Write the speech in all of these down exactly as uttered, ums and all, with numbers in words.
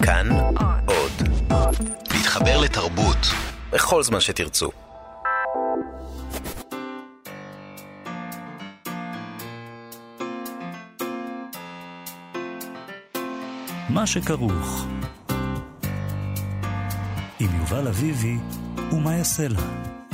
כאן עוד. להתחבר לתרבות בכל זמן שתרצו. מה שכרוך עם יובל אביבי ומה יעשה לה.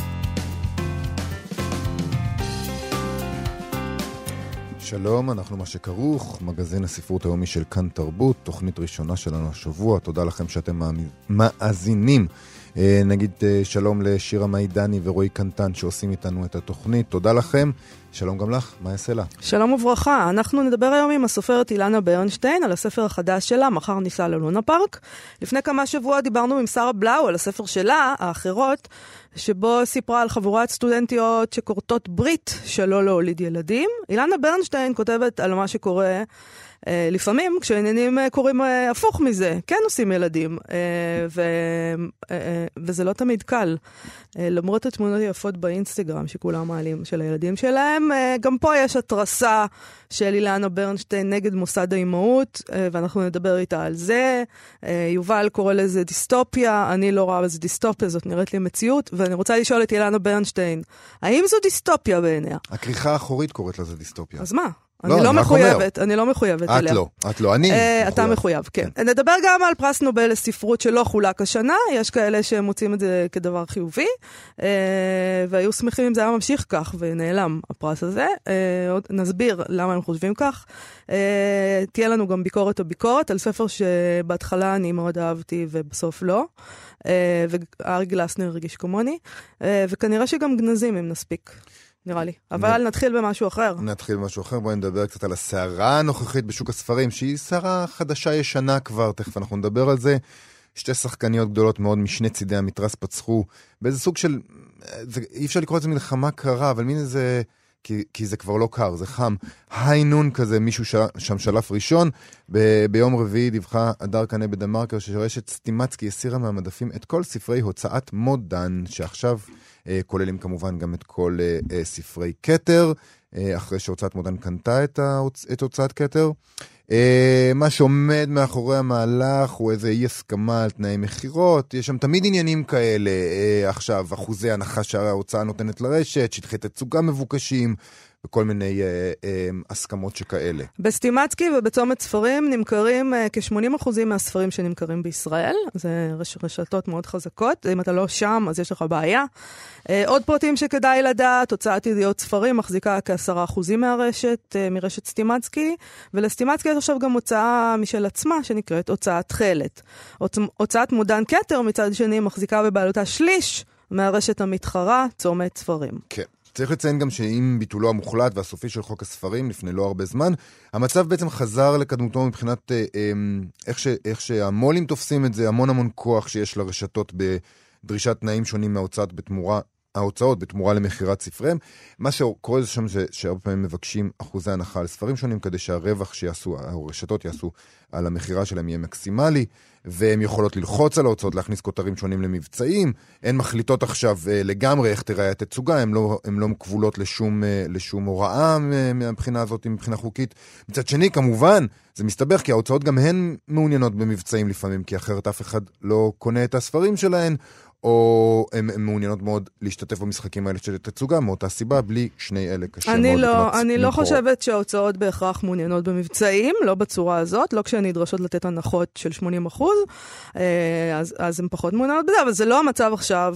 שלום, אנחנו מה שכרוך, מגזין הספרות היומי של כאן תרבות, תוכנית ראשונה שלנו השבוע. תודה לכם שאתם מאזינים. נגיד שלום לשירה מיידני ורועי קנטן שעושים איתנו את התוכנית. תודה לכם. שלום גם לך, מה יעשה לה? שלום וברכה. אנחנו נדבר היום עם הסופרת אילנה ברנשטיין על הספר החדש שלה, מחר ניסע ללונה פארק. לפני כמה שבוע דיברנו עם שרה בלאו על הספר שלה, האחרות, שבו סיפרה על חבורת סטודנטיות שקורטות ברית שלא להוליד ילדים. אילנה ברנשטיין כותבת על מה שקורה Uh, לפעמים כשעניינים uh, קוראים uh, הפוך מזה, כן עושים ילדים, uh, ו, uh, uh, וזה לא תמיד קל. Uh, למרות התמונות היפות באינסטגרם שכולם מעלים של הילדים שלהם, uh, גם פה יש התרסה של אילנה ברנשטיין נגד מוסד האימהות, uh, ואנחנו נדבר איתה על זה. Uh, יובל קורא לזה דיסטופיה, אני לא רואה בזה דיסטופיה, זאת נראית לי מציאות, ואני רוצה לשאול את אילנה ברנשטיין, האם זו דיסטופיה בעיניה? הכריכה האחורית קוראת לזה דיסטופיה. אז מה? אני לא מחויבת, אני לא מחויבת אליה. את לא, את לא, אני מחויב. אתה מחויב, כן. נדבר גם על פרס נובל לספרות שלא חולק השנה, יש כאלה שמוצאים את זה כדבר חיובי, והיו שמחים אם זה היה ממשיך כך ונעלם הפרס הזה. נסביר למה הם חושבים כך. תהיה לנו גם ביקורת או ביקורת על ספר שבהתחלה אני מאוד אהבתי ובסוף לא, וארי גלסנר הרגיש כמוני, וכנראה שגם גנזים אם נספיק. נראה לי. אבל נתחיל במשהו אחר. נתחיל במשהו אחר. בואי נדבר קצת על הסערה הנוכחית בשוק הספרים, שהיא סערה חדשה ישנה כבר, תכף אנחנו נדבר על זה. שתי שחקניות גדולות מאוד משני צידי המתרס פצחו, באיזה סוג של, זה, אי אפשר לקרוא את זה מלחמה קרה, אבל מין איזה, כי, כי זה כבר לא קר, זה חם. היינון כזה, מישהו ש, שם שלף ראשון. ב, ביום רביעי דיווחה הדר קנה בדמרקר, שרשת סטימצקי הסירה מהמדפים את כל ספרי הוצאת מודן, שעכשיו כוללים כמובן גם את כל uh, ספרי כתר, uh, אחרי שהוצאת מודן קנתה את, ההוצ... את הוצאת כתר. Uh, מה שעומד מאחורי המהלך הוא איזה אי הסכמה על תנאי מחירות, יש שם תמיד עניינים כאלה, uh, עכשיו אחוזי הנחה שההוצאה נותנת לרשת, שטחי תצוגה מבוקשים, וכל מיני אה, אה, הסכמות שכאלה. בסטימצקי ובצומת ספרים נמכרים אה, כ-שמונים אחוז מהספרים שנמכרים בישראל. זה רש, רשתות מאוד חזקות. אם אתה לא שם, אז יש לך בעיה. אה, עוד פרטים שכדאי לדעת, הוצאת ידיעות ספרים מחזיקה כ-עשרה אחוז מהרשת, אה, מרשת סטימצקי, ולסטימצקי יש עכשיו גם הוצאה משל עצמה, שנקראת הוצאת תחלת. הוצ... הוצאת מודן כתר מצד שני מחזיקה בבעלותה שליש מהרשת המתחרה, צומת ספרים. כן. צריך לציין גם שעם ביטולו המוחלט והסופי של חוק הספרים לפני לא הרבה זמן, המצב בעצם חזר לקדמותו מבחינת אה, אה, איך, ש, איך שהמולים תופסים את זה, המון המון כוח שיש לרשתות בדרישת תנאים שונים מההוצאות בתמורה, ההוצאות בתמורה למחירת ספריהם. מה שקורה זה שם זה שהרבה פעמים מבקשים אחוזי הנחה על ספרים שונים, כדי שהרווח שיעשו, הרשתות יעשו על המחירה שלהם יהיה מקסימלי, והן יכולות ללחוץ על ההוצאות, להכניס כותרים שונים למבצעים, הן מחליטות עכשיו לגמרי איך תראה התצוגה, הן לא, הן לא כבולות לשום, לשום הוראה מבחינה הזאת, מבחינה חוקית. מצד שני, כמובן, זה מסתבך, כי ההוצאות גם הן מעוניינות במבצעים לפעמים, כי אחרת אף אחד לא קונה את הספרים שלהן, או הן מעוניינות מאוד להשתתף במשחקים האלה של תצוגה, מאותה סיבה, בלי שני אלה קשה מאוד. לא, אני לא חושבת שההוצאות בהכרח מעוניינות במבצעים, לא בצורה הזאת, לא כשהן נדרשות לתת הנחות של שמונים אחוז, אז, אז הן פחות מעוניינות בזה, אבל זה לא המצב עכשיו,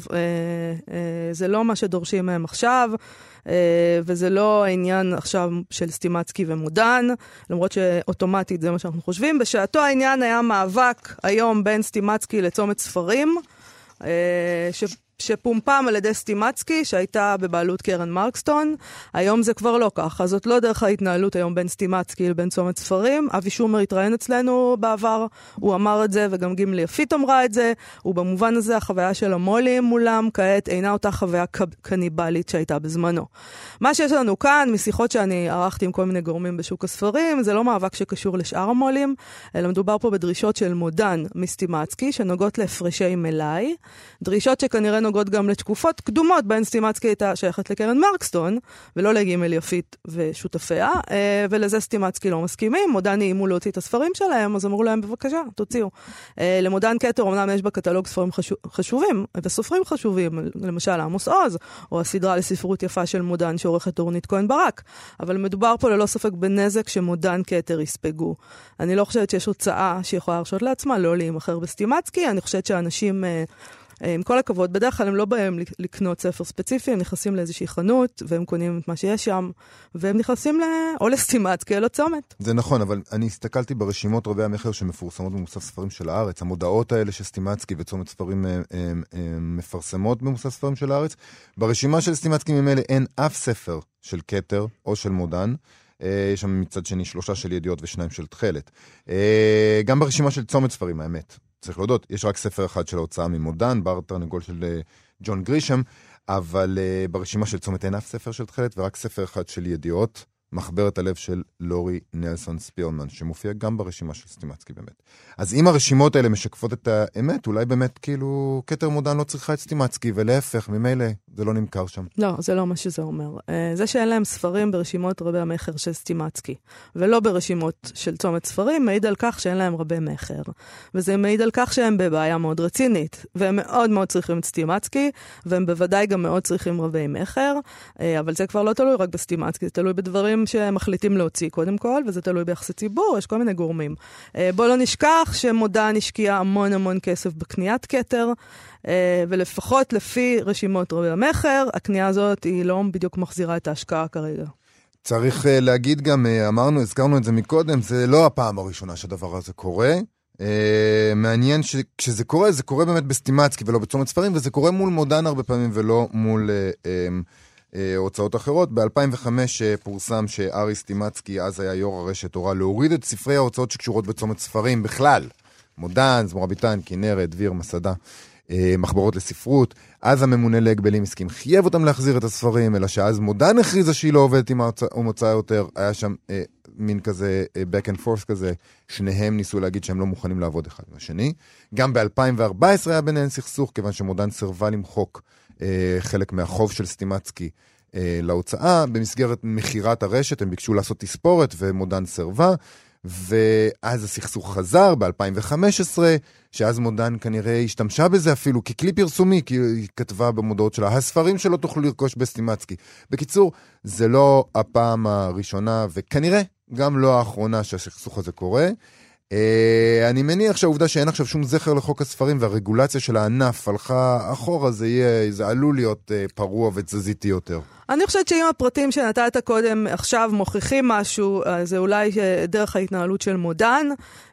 זה לא מה שדורשים מהם עכשיו, וזה לא העניין עכשיו של סטימצקי ומודן, למרות שאוטומטית זה מה שאנחנו חושבים. בשעתו העניין היה מאבק היום בין סטימצקי לצומת ספרים, ש... שפומפם על ידי סטימצקי, שהייתה בבעלות קרן מרקסטון. היום זה כבר לא כך, אז זאת לא דרך ההתנהלות היום בין סטימצקי לבין צומת ספרים. אבי שומר התראיין אצלנו בעבר, הוא אמר את זה, וגם גימלי יפית אמרה את זה, ובמובן הזה החוויה של המולים מולם כעת אינה אותה חוויה קניבלית שהייתה בזמנו. מה שיש לנו כאן, משיחות שאני ערכתי עם כל מיני גורמים בשוק הספרים, זה לא מאבק שקשור לשאר המולים, אלא מדובר פה בדרישות של מודן מסטימצקי, שנוגעות להפרשי מלאי, דרישות שכנראה נוגעות נוגעות גם לתקופות קדומות, בהן סטימצקי הייתה שייכת לקרן מרקסטון, ולא לגימל יפית ושותפיה, ולזה סטימצקי לא מסכימים. מודן איימו להוציא את הספרים שלהם, אז אמרו להם, בבקשה, תוציאו. למודן כתר, אמנם יש בקטלוג ספרים חשובים, וסופרים חשובים, למשל עמוס עוז, או הסדרה לספרות יפה של מודן שעורכת אורנית כהן ברק, אבל מדובר פה ללא ספק בנזק שמודן כתר יספגו. אני לא חושבת שיש הוצאה שיכולה להרשות לעצמה, לא להימחר בסטימצקי. אני חושבת שאנשים, עם כל הכבוד, בדרך כלל הם לא באים לקנות ספר ספציפי, הם נכנסים לאיזושהי חנות, והם קונים את מה שיש שם, והם נכנסים או לסטימצקי, או לצומת. זה נכון, אבל אני הסתכלתי ברשימות רבי המחר שמפורסמות במוסף ספרים של הארץ, המודעות האלה שסטימצקי וצומת ספרים מפרסמות במוסף ספרים של הארץ. ברשימה של סטימצקי ממילא אין אף ספר של כתר או של מודן, יש שם מצד שני שלושה של ידיעות ושניים של תחלת. גם ברשימה של צומת ספרים, האמת, צריך להודות, יש רק ספר אחד של ההוצאה ממודן, בר תרנגול של ג'ון גרישם, אבל ברשימה של צומת אין אף ספר של תחלת, ורק ספר אחד של ידיעות, מחברת הלב של לורי נלסון ספירמן, שמופיע גם ברשימה של סטימצקי באמת. אז אם הרשימות האלה משקפות את האמת, אולי באמת כאילו כתר מודן לא צריכה את סטימצקי, ולהפך, ממילא זה לא נמכר שם. לא, זה לא מה שזה אומר. זה שאין להם ספרים ברשימות רבי המחר של סטימצקי, ולא ברשימות של צומת ספרים, מעיד על כך שאין להם רבי מחר. וזה מעיד על כך שהם בבעיה מאוד רצינית, והם מאוד מאוד צריכים את סטימצקי, והם בוודאי גם מאוד צריכים רבי מחר, אבל זה כבר לא תלוי רק בסטימצקי, זה תלוי בדברים שמחליטים להוציא קודם כל, וזה תלוי ביחסי ציבור, יש כל מיני גורמים. בוא לא נשכח שמודן השקיע המון המון כסף בקניית כתר, ולפחות לפי רשימות רבי המחר, הקנייה הזאת היא לא בדיוק מחזירה את ההשקעה כרגע. צריך להגיד גם, אמרנו, הזכרנו את זה מקודם, זה לא הפעם הראשונה שהדבר הזה קורה. מעניין שכשזה קורה, זה קורה באמת בסטימצקי ולא בצומת ספרים, וזה קורה מול מודן הרבה פעמים ולא מול הוצאות אחרות. ב-אלפיים וחמש פורסם שארי סטימצקי, אז היה יו"ר הרשת, הורה להוריד את ספרי ההוצאות שקשורות בצומת ספרים בכלל. מודן, זמורה ביטן, כנרת, דביר, מסדה, מחברות לספרות. אז הממונה להגבלים הסכים, חייב אותם להחזיר את הספרים, אלא שאז מודן הכריזה שהיא לא עובדת עם ההוצאה יותר. היה שם אה, מין כזה, אה, back and forth כזה, שניהם ניסו להגיד שהם לא מוכנים לעבוד אחד עם השני. גם ב-אלפיים וארבע עשרה היה ביניהם סכסוך, כיוון שמודן סרבה למחוק אה, חלק מהחוב של סטימצקי אה, להוצאה. במסגרת מחירת הרשת הם ביקשו לעשות תספורת, ומודן סרבה. ואז הסכסוך חזר ב-אלפיים וחמש עשרה, שאז מודן כנראה השתמשה בזה אפילו ככלי פרסומי, כי היא כתבה במודעות שלה, הספרים שלא תוכלו לרכוש בסטימצקי. בקיצור, זה לא הפעם הראשונה, וכנראה גם לא האחרונה שהסכסוך הזה קורה. אני מניח שהעובדה שאין עכשיו שום זכר לחוק הספרים, והרגולציה של הענף הלכה אחורה, זה יהיה, זה עלול להיות פרוע ותזזיתי יותר. אני חושבת שאם הפרטים שנתת קודם עכשיו מוכיחים משהו, זה אולי דרך ההתנהלות של מודן,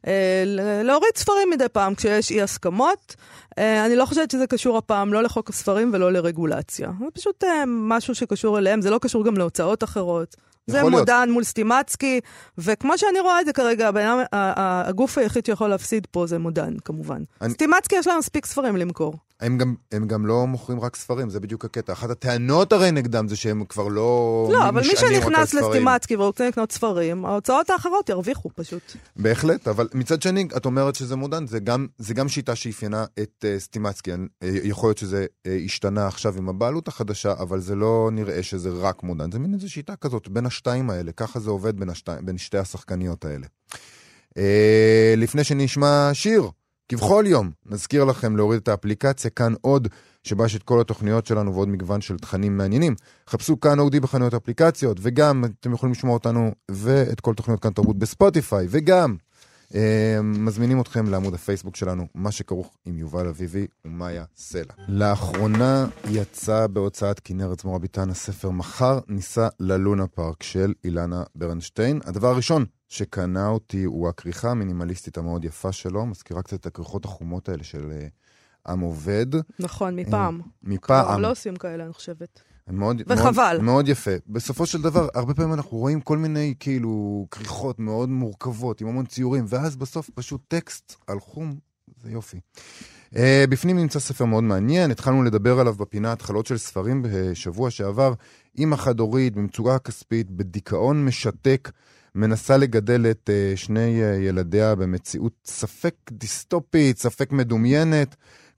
להוריד ספרים מדי פעם כשיש אי הסכמות. אני לא חושבת שזה קשור הפעם לא לחוק הספרים ולא לרגולציה. זה פשוט משהו שקשור אליהם, זה לא קשור גם להוצאות אחרות. זה מודן מול סטימצקי, וכמו שאני רואה את זה כרגע, הגוף היחיד שיכול להפסיד פה זה מודן, כמובן. סטימצקי יש להם מספיק ספרים למכור. הם גם, הם גם לא מוכרים רק ספרים, זה בדיוק הקטע. אחת הטענות הרי נגדם זה שהם כבר לא... לא, אבל מי שנכנס לסטימצקי ורוצה לקנות ספרים, ההוצאות האחרות ירוויחו פשוט. בהחלט, אבל מצד שני, את אומרת שזה מודן, זה גם, זה גם שיטה שאפיינה את uh, סטימצקי. יכול להיות שזה uh, השתנה עכשיו עם הבעלות החדשה, אבל זה לא נראה שזה רק מודן. זה מין איזו שיטה כזאת בין השתיים האלה, ככה זה עובד בין, השתי, בין שתי השחקניות האלה. Uh, לפני שנשמע שיר, כבכל יום, נזכיר לכם להוריד את האפליקציה כאן עוד, שבה יש את כל התוכניות שלנו ועוד מגוון של תכנים מעניינים. חפשו כאן אודי בחנויות אפליקציות, וגם אתם יכולים לשמוע אותנו ואת כל תוכניות כאן תרבות בספוטיפיי, וגם אה, מזמינים אתכם לעמוד הפייסבוק שלנו, מה שכרוך עם יובל אביבי ומאיה סלע. לאחרונה יצא בהוצאת כנרת זמורה ביטן הספר מחר ניסה ללונה פארק של אילנה ברנשטיין. הדבר הראשון שקנה אותי הוא הכריכה המינימליסטית המאוד יפה שלו, מזכירה קצת את הכריכות החומות האלה של עם עובד. נכון, מפעם. מפעם. לא עושים כאלה, אני חושבת. מאוד, וחבל. מאוד, מאוד יפה. בסופו של דבר, הרבה פעמים אנחנו רואים כל מיני כאילו כריכות מאוד מורכבות, עם המון ציורים, ואז בסוף פשוט טקסט על חום, זה יופי. Uh, בפנים נמצא ספר מאוד מעניין, התחלנו לדבר עליו בפינה התחלות של ספרים בשבוע שעבר, אמא חד-הורית במצוקה כספית, בדיכאון משתק, מנסה לגדל את uh, שני uh, ילדיה במציאות ספק דיסטופית, ספק מדומיינת,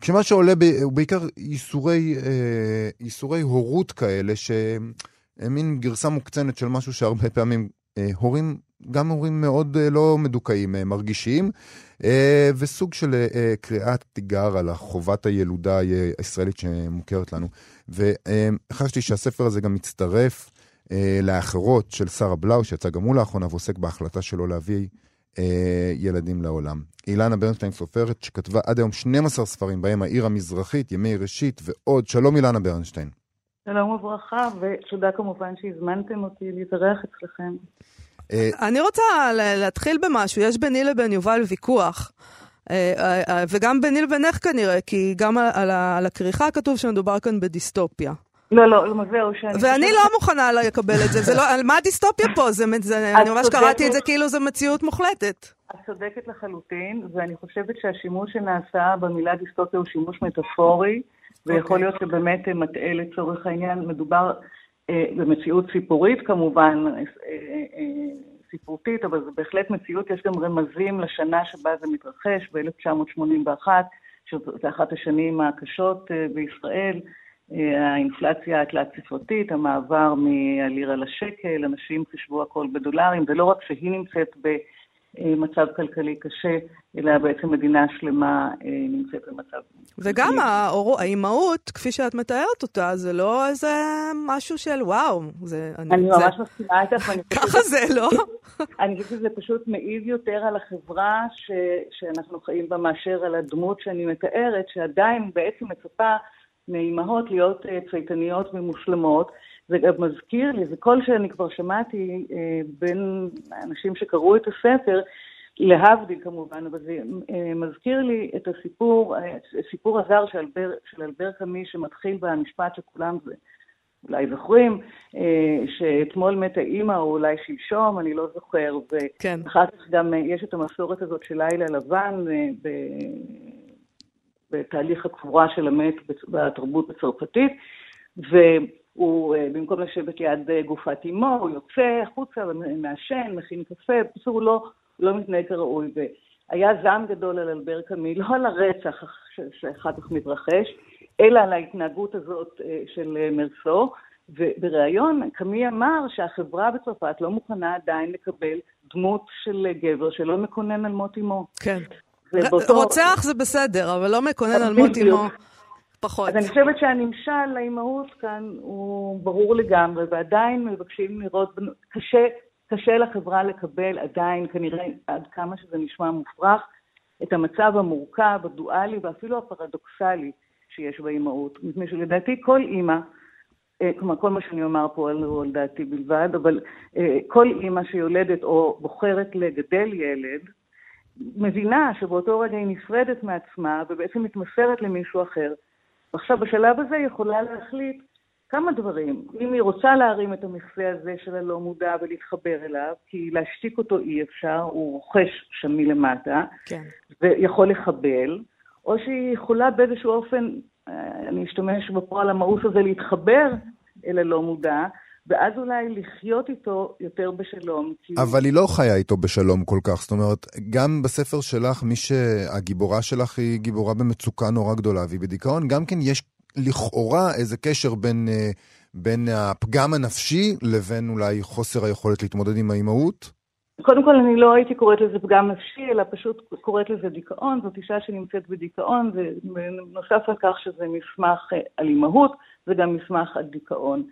כשמה שעולה הוא בעיקר ייסורי, ייסורי הורות כאלה, שהם מין גרסה מוקצנת של משהו שהרבה פעמים הורים, גם הורים מאוד לא מדוכאים, מרגישים, וסוג של קריאת תיגר על חובת הילודה הישראלית שמוכרת לנו. וחשתי שהספר הזה גם מצטרף לאחרות של שרה בלאו, שיצא גם הוא לאחרונה ועוסק בהחלטה שלו להביא ילדים לעולם. אילנה ברנשטיין סופרת שכתבה עד היום שנים עשר ספרים, בהם העיר המזרחית, ימי ראשית ועוד. שלום אילנה ברנשטיין. שלום וברכה, ותודה כמובן שהזמנתם אותי להתארח אצלכם. אני רוצה להתחיל במשהו. יש ביני לבין יובל ויכוח, וגם ביני לבינך כנראה, כי גם על הכריכה כתוב שמדובר כאן בדיסטופיה. לא, לא, לא, זהו שאני... ואני לא מוכנה לקבל את זה. מה הדיסטופיה פה? אני ממש קראתי את זה כאילו זו מציאות מוחלטת. את צודקת לחלוטין, ואני חושבת שהשימוש שנעשה במילה דיסטופיה הוא שימוש מטאפורי, ויכול להיות שבאמת מטעה לצורך העניין. מדובר במציאות סיפורית כמובן, סיפורתית, אבל זה בהחלט מציאות. יש גם רמזים לשנה שבה זה מתרחש, ב-אלף תשע מאות שמונים ואחת, שזה אחת השנים הקשות בישראל, האינפלציה התלת ספרתית, המעבר מהלירה לשקל, אנשים חשבו הכל בדולרים, ולא רק שהיא נמצאת במצב כלכלי קשה, אלא בעצם מדינה שלמה נמצאת במצב. וגם האימהות, כפי שאת מתארת אותה, זה לא איזה משהו של וואו. אני ממש מסכימה איתך. ככה זה, לא? אני חושבת שזה פשוט מעיד יותר על החברה שאנחנו חיים בה מאשר על הדמות שאני מתארת, שעדיין בעצם מצפה מאימהות להיות צייתניות ומושלמות. זה גם מזכיר לי, זה כל שאני כבר שמעתי בין האנשים שקראו את הספר, להבדיל כמובן, אבל זה מזכיר לי את הסיפור, סיפור הזר של אלבר, של אלבר קאמי, שמתחיל במשפט שכולם זה, אולי זוכרים, שאתמול מתה אימא, או אולי שלשום, אני לא זוכר, כן. ואחר כך גם יש את המסורת הזאת של לילה לבן, ב... בתהליך הקבורה של המת בתרבות הצרפתית, והוא, במקום לשבת ליד גופת אמו, הוא יוצא החוצה ומעשן, מכין קפה, בסדר, הוא לא, לא מתנהג כראוי. והיה זעם גדול על אלבר קאמי, לא על הרצח שאחר כך מתרחש, אלא על ההתנהגות הזאת של מרסו, ובראיון קאמי אמר שהחברה בצרפת לא מוכנה עדיין לקבל דמות של גבר שלא מקונן על מות אמו. כן. רוצח זה בסדר, אבל לא מקונן על מות אמו פחות. אז אני חושבת שהנמשל לאימהות כאן הוא ברור לגמרי, ועדיין מבקשים לראות, קשה, קשה לחברה לקבל עדיין, כנראה עד כמה שזה נשמע מופרך, את המצב המורכב, הדואלי ואפילו הפרדוקסלי שיש באימהות. מפני שלדעתי כל אימא, כלומר כל מה שאני אומר פה על דעתי בלבד, אבל כל אימא שיולדת או בוחרת לגדל ילד, מבינה שבאותו רגע היא נפרדת מעצמה ובעצם מתמסרת למישהו אחר. ועכשיו בשלב הזה היא יכולה להחליט כמה דברים. אם היא רוצה להרים את המכסה הזה של הלא מודע ולהתחבר אליו, כי להשתיק אותו אי אפשר, הוא רוכש שם מלמטה, כן. ויכול לחבל, או שהיא יכולה באיזשהו אופן, אני אשתמש בפועל המאוס הזה, להתחבר אל הלא מודע, ואז אולי לחיות איתו יותר בשלום. אבל היא לא חיה איתו בשלום כל כך. זאת אומרת, גם בספר שלך, מי שהגיבורה שלך היא גיבורה במצוקה נורא גדולה, והיא בדיכאון, גם כן יש לכאורה איזה קשר בין, בין הפגם הנפשי לבין אולי חוסר היכולת להתמודד עם האימהות? קודם כל, אני לא הייתי קוראת לזה פגם נפשי, אלא פשוט קוראת לזה דיכאון. זאת אישה שנמצאת בדיכאון, ונוסף על כך שזה מסמך על אימהות, זה גם מסמך על דיכאון.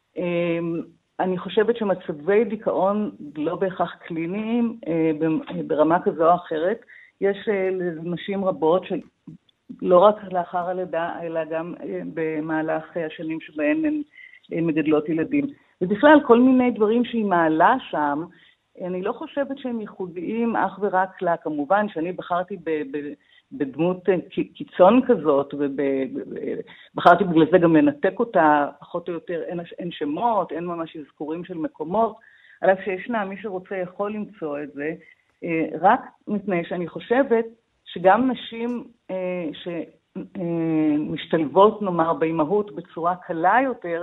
אני חושבת שמצבי דיכאון לא בהכרח קליניים ברמה כזו או אחרת. יש נשים רבות שלא רק לאחר הלידה, אלא גם במהלך השנים שבהן הן מגדלות ילדים. ובכלל, כל מיני דברים שהיא מעלה שם, אני לא חושבת שהם ייחודיים אך ורק לה. כמובן שאני בחרתי ב... ב בדמות קיצון כזאת, ובחרתי בגלל זה גם לנתק אותה, פחות או יותר, אין, אין שמות, אין ממש אזכורים של מקומות, על אף שישנה, מי שרוצה יכול למצוא את זה, רק מפני שאני חושבת שגם נשים שמשתלבות, נאמר, באימהות בצורה קלה יותר,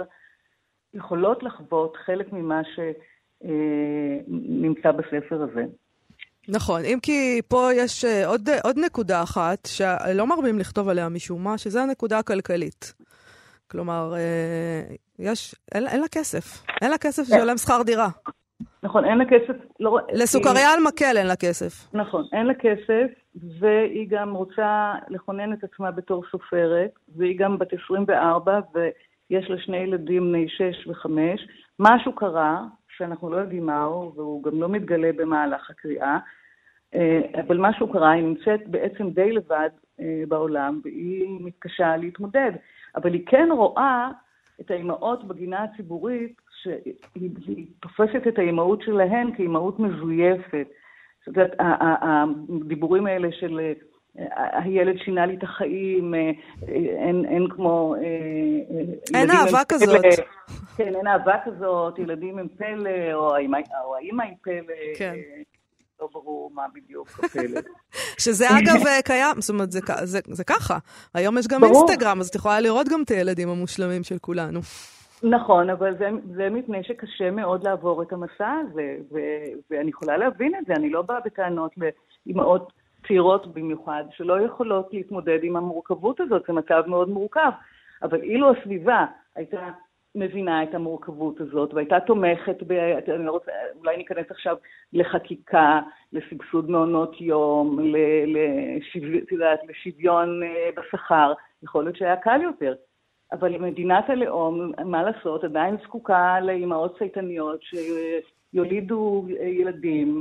יכולות לחוות חלק ממה שנמצא בספר הזה. נכון, אם כי פה יש עוד, עוד נקודה אחת שלא מרבים לכתוב עליה משום מה, שזה הנקודה הכלכלית. כלומר, יש, אין, אין לה כסף. אין לה כסף לשלם שכר דירה. נכון, אין לה כסף. לא, לסוכריה על מקל אין לה כסף. נכון, אין לה כסף, והיא גם רוצה לכונן את עצמה בתור סופרת, והיא גם בת עשרים וארבע, ויש לה שני ילדים בני שש וחמש. משהו קרה, שאנחנו לא יודעים מהו, והוא גם לא מתגלה במהלך הקריאה, אבל משהו קרה, היא נמצאת בעצם די לבד בעולם, והיא מתקשה להתמודד. אבל היא כן רואה את האימהות בגינה הציבורית, שהיא תופסת את האימהות שלהן כאימהות מזויפת. זאת אומרת, הדיבורים האלה של הילד שינה לי את החיים, אין, אין כמו... אין אהבה כזאת. כן, אין אהבה כזאת, ילדים הם פלא, או האמא עם פלא. כן. לא ברור מה בדיוק הפלא. שזה אגב קיים, זאת אומרת, זה, זה, זה ככה. היום יש גם ברור. אינסטגרם, אז את יכולה לראות גם את הילדים המושלמים של כולנו. נכון, אבל זה, זה מפני שקשה מאוד לעבור את המסע הזה, ו, ואני יכולה להבין את זה, אני לא באה בטענות לאמהות צעירות במיוחד, שלא יכולות להתמודד עם המורכבות הזאת, זה מצב מאוד מורכב, אבל אילו הסביבה הייתה מבינה את המורכבות הזאת, והייתה תומכת, ב, אני לא רוצה, אולי ניכנס עכשיו לחקיקה, לסבסוד מעונות יום, לשוויון, לשוויון בשכר, יכול להיות שהיה קל יותר. אבל מדינת הלאום, מה לעשות, עדיין זקוקה לאימהות צייתניות שיולידו ילדים,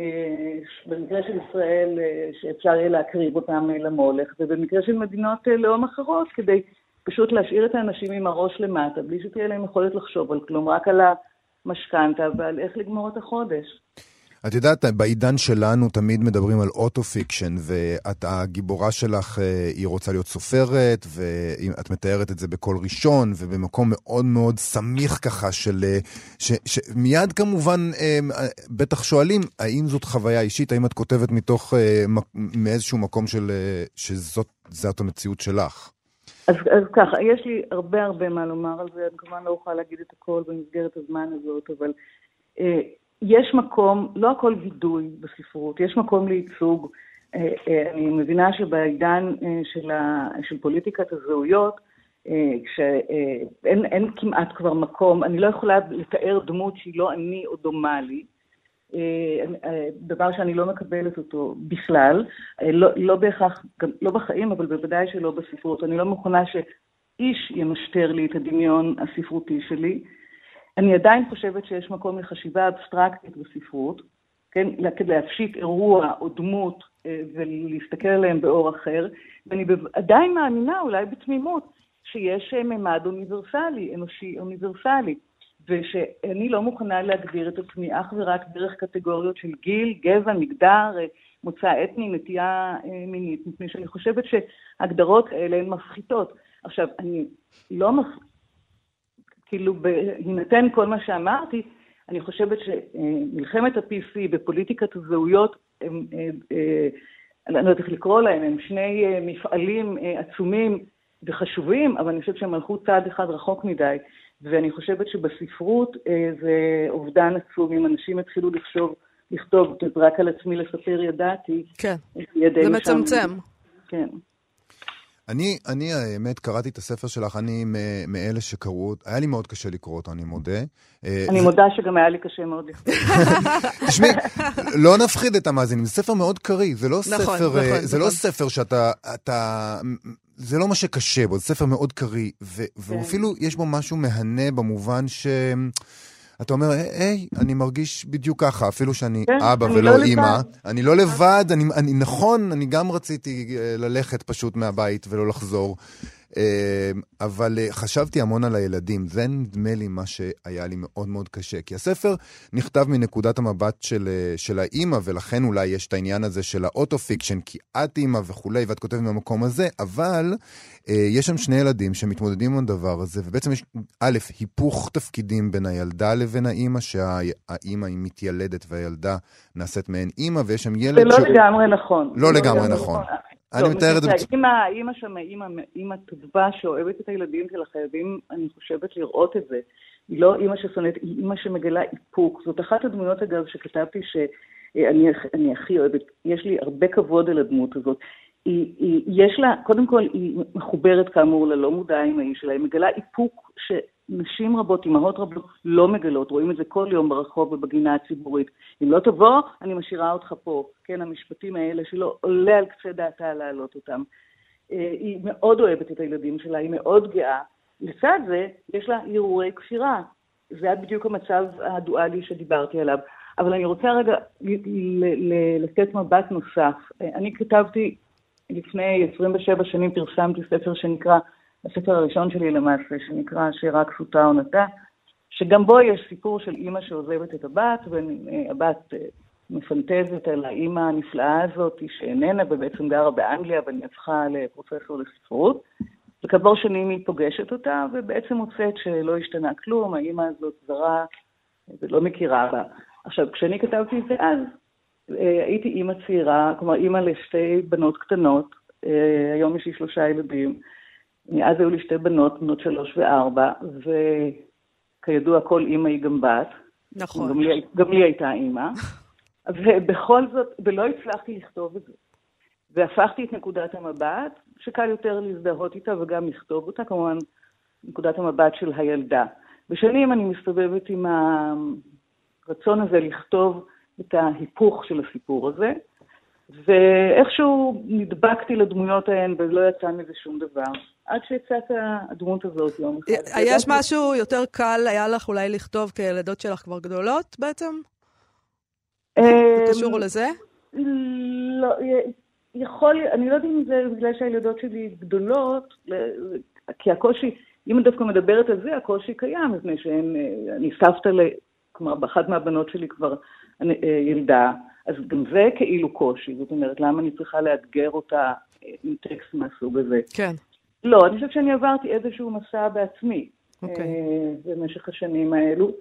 במקרה של ישראל שאפשר יהיה להקריב אותם למולך, ובמקרה של מדינות לאום אחרות, כדי פשוט להשאיר את האנשים עם הראש למטה, בלי שתהיה להם יכולת לחשוב על כלום, רק על המשכנתה ועל איך לגמור את החודש. את יודעת, בעידן שלנו תמיד מדברים על אוטו-פיקשן, ואת הגיבורה שלך, היא רוצה להיות סופרת, ואת מתארת את זה בכל ראשון, ובמקום מאוד מאוד סמיך ככה, של, ש, שמיד כמובן בטח שואלים, האם זאת חוויה אישית, האם את כותבת מתוך, מאיזשהו מקום של, שזאת, זאת המציאות שלך? אז, אז ככה, יש לי הרבה הרבה מה לומר על זה, אני כמובן לא אוכל להגיד את הכל במסגרת הזמן הזאת, אבל... יש מקום, לא הכל וידוי בספרות, יש מקום לייצוג. אני מבינה שבעידן של, ה, של פוליטיקת הזהויות, כשאין אין כמעט כבר מקום, אני לא יכולה לתאר דמות שהיא לא אני או דומה לי, דבר שאני לא מקבלת אותו בכלל, לא, לא בהכרח, לא בחיים, אבל בוודאי שלא בספרות. אני לא מוכנה שאיש ימשטר לי את הדמיון הספרותי שלי, אני עדיין חושבת שיש מקום לחשיבה אבסטרקטית בספרות, כן, כדי להפשיט אירוע או דמות ולהסתכל עליהם באור אחר, ואני עדיין מאמינה, אולי בתמימות, שיש ממד אוניברסלי, אנושי אוניברסלי, ושאני לא מוכנה להגדיר את עצמי אך ורק דרך קטגוריות של גיל, גזע, מגדר, מוצא אתני, נטייה מינית, מפני שאני חושבת שהגדרות האלה הן מפחיתות. עכשיו, אני לא מפחיתה, כאילו, בהינתן כל מה שאמרתי, אני חושבת שמלחמת ה-פי סי בפוליטיקת הזהויות, הם, אני לא יודעת איך לקרוא להם, הם שני מפעלים עצומים וחשובים, אבל אני חושבת שהם הלכו צעד אחד רחוק מדי, ואני חושבת שבספרות זה אובדן עצום, אם אנשים התחילו לחשוב, לכתוב רק על עצמי לספר ידעתי. כן, זה מצמצם. כן. אני, אני האמת, קראתי את הספר שלך, אני מאלה שקראו, היה לי מאוד קשה לקרוא אותו, אני מודה. אני מודה שגם היה לי קשה מאוד לכתוב. תשמעי, לא נפחיד את המאזינים, זה ספר מאוד קרי, זה לא ספר, זה לא ספר שאתה, אתה, זה לא מה שקשה בו, זה ספר מאוד קרי, ואפילו יש בו משהו מהנה במובן ש... אתה אומר, היי, אני מרגיש בדיוק ככה, אפילו שאני אבא ולא אמא. אני לא לבד, אני נכון, אני גם רציתי ללכת פשוט מהבית ולא לחזור. אבל חשבתי המון על הילדים. זה נדמה לי מה שהיה לי מאוד מאוד קשה. כי הספר נכתב מנקודת המבט של, של האמא, ולכן אולי יש את העניין הזה של האוטו-פיקשן, כי את אמא וכולי, ואת כותבת מהמקום הזה, אבל יש שם שני ילדים שמתמודדים עם הדבר הזה, ובעצם יש, א', היפוך תפקידים בין הילדה לבין האמא, שהאמא היא מתילדת והילדה נעשית מעין אמא, ויש שם ילד זה לא לגמרי נכון. לא לגמרי נכון. אני מתאר את זה... אמא טובה שאוהבת את הילדים שלה, חייבים, אני חושבת, לראות את זה. היא לא אמא ששונאת, היא אמא שמגלה איפוק. זאת אחת הדמויות, אגב, שכתבתי שאני הכי אוהבת. יש לי הרבה כבוד על הדמות הזאת. היא, היא, יש לה, קודם כל, היא מחוברת כאמור ללא מודע עם האיש שלה. היא מגלה איפוק שנשים רבות, אמהות רבות, לא מגלות. רואים את זה כל יום ברחוב ובגינה הציבורית. אם לא תבוא, אני משאירה אותך פה. כן, המשפטים האלה שלא עולה על קצה דעתה להעלות אותם. היא מאוד אוהבת את הילדים שלה, היא מאוד גאה. לצד זה, יש לה הרהורי כפירה. זה היה בדיוק המצב הדואלי שדיברתי עליו. אבל אני רוצה רגע לתת מבט נוסף. אני כתבתי לפני עשרים ושבע שנים, פרסמתי ספר שנקרא, הספר הראשון שלי למעשה, שנקרא שרק סוטה עונתה, שגם בו יש סיפור של אמא שעוזבת את הבת, והבת מפנטזת על האמא הנפלאה הזאת, שאיננה ובעצם גרה באנגליה, ואני הפכה לפרופסור לספרות. וכעבור שנים היא פוגשת אותה, ובעצם מוצאת שלא השתנה כלום, האמא הזאת זרה ולא מכירה בה. עכשיו, כשאני כתבתי את זה אז, הייתי אמא צעירה, כלומר אמא לשתי בנות קטנות, היום יש לי שלושה ילדים, אז היו לי שתי בנות, בנות שלוש וארבע, וכידוע כל אמא היא גם בת. נכון. גם לי, גם לי הייתה אמא, ובכל זאת, ולא הצלחתי לכתוב את זה. והפכתי את נקודת המבט, שקל יותר להזדהות איתה וגם לכתוב אותה, כמובן נקודת המבט של הילדה. בשנים אני מסתובבת עם הרצון הזה לכתוב את ההיפוך של הסיפור הזה, ואיכשהו נדבקתי לדמויות ההן ולא יצא מזה שום דבר. עד שיצאת הדמות הזאת יום אחד. יש משהו יותר קל היה לך אולי לכתוב כי הילדות שלך כבר גדולות בעצם? זה קשור לזה? לא, יכול, אני לא יודעת אם זה בגלל שהילדות שלי גדולות, כי הקושי, אם אני דווקא מדברת על זה, הקושי קיים, מפני שהן, אני סבתא ל... כלומר, באחת מהבנות שלי כבר ילדה, אז גם זה כאילו קושי, זאת אומרת, למה אני צריכה לאתגר אותה עם טקסט מהסוג הזה? כן. לא, אני חושבת שאני עברתי איזשהו מסע בעצמי, אוקיי. במשך השנים האלו,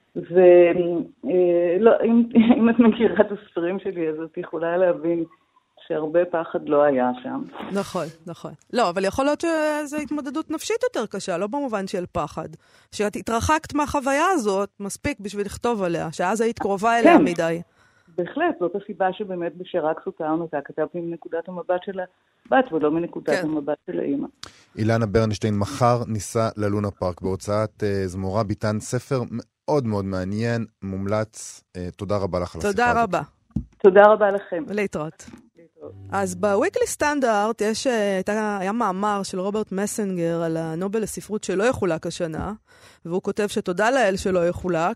ולא, אם, אם את מכירה את הספרים שלי, אז את יכולה להבין שהרבה פחד לא היה שם. נכון, נכון. לא, אבל יכול להיות שזו התמודדות נפשית יותר קשה, לא במובן של פחד. שאת התרחקת מהחוויה הזאת מספיק בשביל לכתוב עליה, שאז היית קרובה אליה כן. מדי. בהחלט, זאת הסיבה שבאמת בשרק סוטה עונתה, כתבתי מנקודת המבט של הבת ולא מנקודת כן. המבט של האמא. אילנה ברנשטיין, מחר ניסה ללונה פארק בהוצאת uh, זמורה ביטן, ספר מאוד מאוד מעניין, מומלץ. Uh, תודה רבה לך על השיחה הזאת. תודה רבה. תודה רבה לכם. ולהתראות. אז בוויקלי סטנדרט יש, היה מאמר של רוברט מסנגר על הנובל לספרות שלא יחולק השנה, והוא כותב שתודה לאל שלא יחולק,